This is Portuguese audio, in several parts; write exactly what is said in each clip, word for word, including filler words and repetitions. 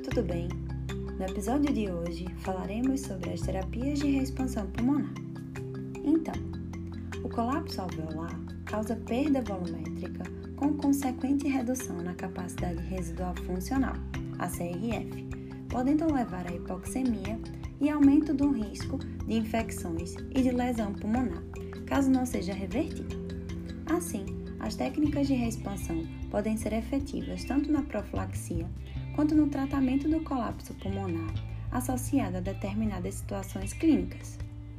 tudo bem? No episódio de hoje falaremos sobre as terapias de reexpansão pulmonar. Então, o colapso alveolar causa perda volumétrica com consequente redução na capacidade residual funcional, a C R F, podendo levar à hipoxemia e aumento do risco de infecções e de lesão pulmonar, caso não seja revertido. Assim, as técnicas de reexpansão podem ser efetivas tanto na profilaxia quanto no tratamento do colapso pulmonar associado a determinadas situações clínicas.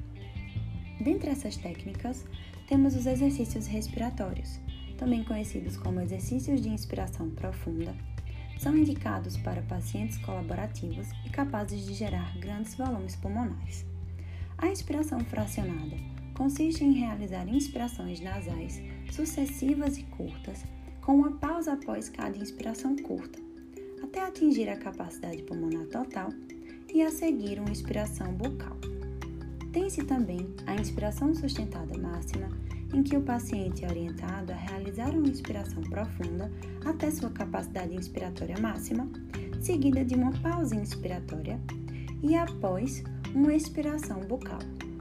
Dentre essas técnicas, temos os exercícios respiratórios, também conhecidos como exercícios de inspiração profunda. São indicados para pacientes colaborativos e capazes de gerar grandes volumes pulmonares. A inspiração fracionada consiste em realizar inspirações nasais sucessivas e curtas, com uma pausa após cada inspiração curta, até atingir a capacidade pulmonar total e a seguir uma expiração bucal. Tem-se também a inspiração sustentada máxima, em que o paciente é orientado a realizar uma inspiração profunda até sua capacidade inspiratória máxima, seguida de uma pausa inspiratória e após uma expiração bucal.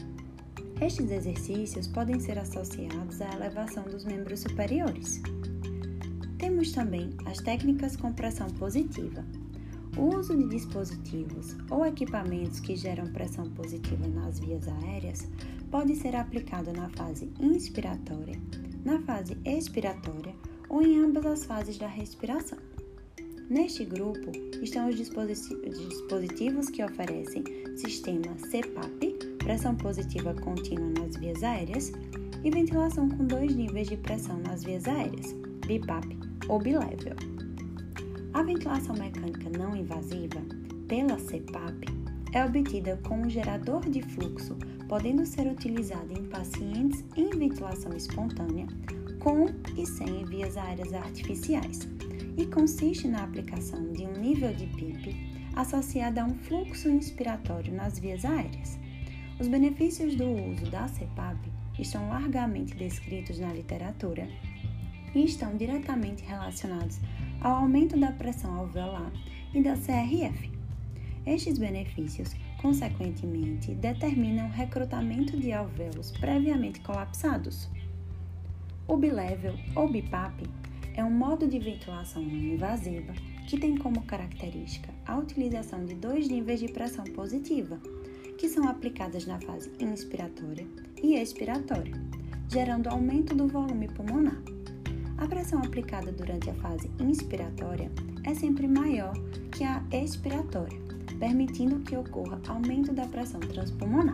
Estes exercícios podem ser associados à elevação dos membros superiores. Temos também as técnicas com pressão positiva. O uso de dispositivos ou equipamentos que geram pressão positiva nas vias aéreas pode ser aplicado na fase inspiratória, na fase expiratória ou em ambas as fases da respiração. Neste grupo estão os dispositivos que oferecem sistema C PAP, pressão positiva contínua nas vias aéreas, e ventilação com dois níveis de pressão nas vias aéreas, B PAP ou bilevel. A ventilação mecânica não invasiva, pela C PAP, é obtida com um gerador de fluxo, podendo ser utilizada em pacientes em ventilação espontânea, com e sem vias aéreas artificiais, e consiste na aplicação de um nível de P I P associado a um fluxo inspiratório nas vias aéreas. Os benefícios do uso da C PAP estão largamente descritos na literatura e estão diretamente relacionados ao aumento da pressão alveolar e da C R F. Estes benefícios, consequentemente, determinam o recrutamento de alvéolos previamente colapsados. O bilevel ou B PAP é um modo de ventilação não invasiva que tem como característica a utilização de dois níveis de pressão positiva, que são aplicadas na fase inspiratória e expiratória, gerando aumento do volume pulmonar. A pressão aplicada durante a fase inspiratória é sempre maior que a expiratória, permitindo que ocorra aumento da pressão transpulmonar.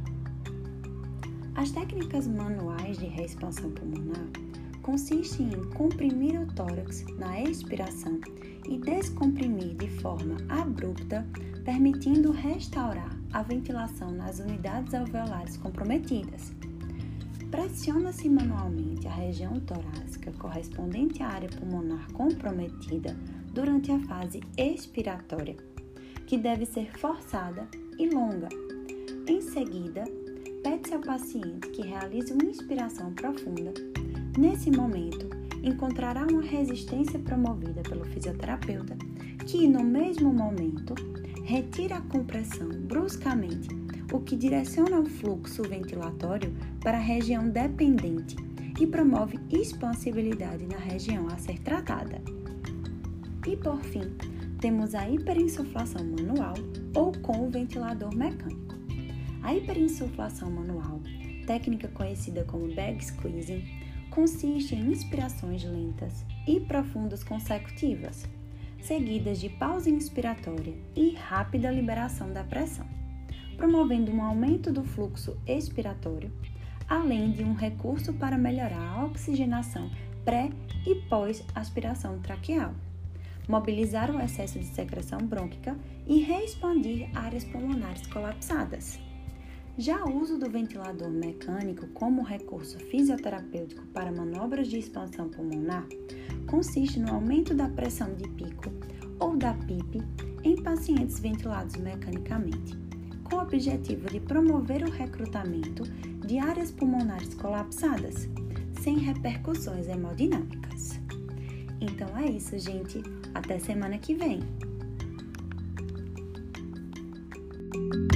As técnicas manuais de reexpansão pulmonar consistem em comprimir o tórax na expiração e descomprimir de forma abrupta, permitindo restaurar a ventilação nas unidades alveolares comprometidas. Pressiona-se manualmente a região torácica correspondente à área pulmonar comprometida durante a fase expiratória, que deve ser forçada e longa. Em seguida, pede-se ao paciente que realize uma inspiração profunda. Nesse momento, encontrará uma resistência promovida pelo fisioterapeuta, que, no mesmo momento, retira a compressão bruscamente, o que direciona o fluxo ventilatório para a região dependente e promove expansibilidade na região a ser tratada. E, por fim, temos a hiperinsuflação manual ou com o ventilador mecânico. A hiperinsuflação manual, técnica conhecida como bag squeezing, consiste em inspirações lentas e profundas consecutivas, seguidas de pausa inspiratória e rápida liberação da pressão, promovendo um aumento do fluxo expiratório, além de um recurso para melhorar a oxigenação pré e pós-aspiração traqueal, mobilizar o excesso de secreção brônquica e reexpandir áreas pulmonares colapsadas. Já o uso do ventilador mecânico como recurso fisioterapêutico para manobras de expansão pulmonar consiste no aumento da pressão de pico ou da P I P em pacientes ventilados mecanicamente, com o objetivo de promover o recrutamento de áreas pulmonares colapsadas, sem repercussões hemodinâmicas. Então é isso, gente. Até semana que vem! Música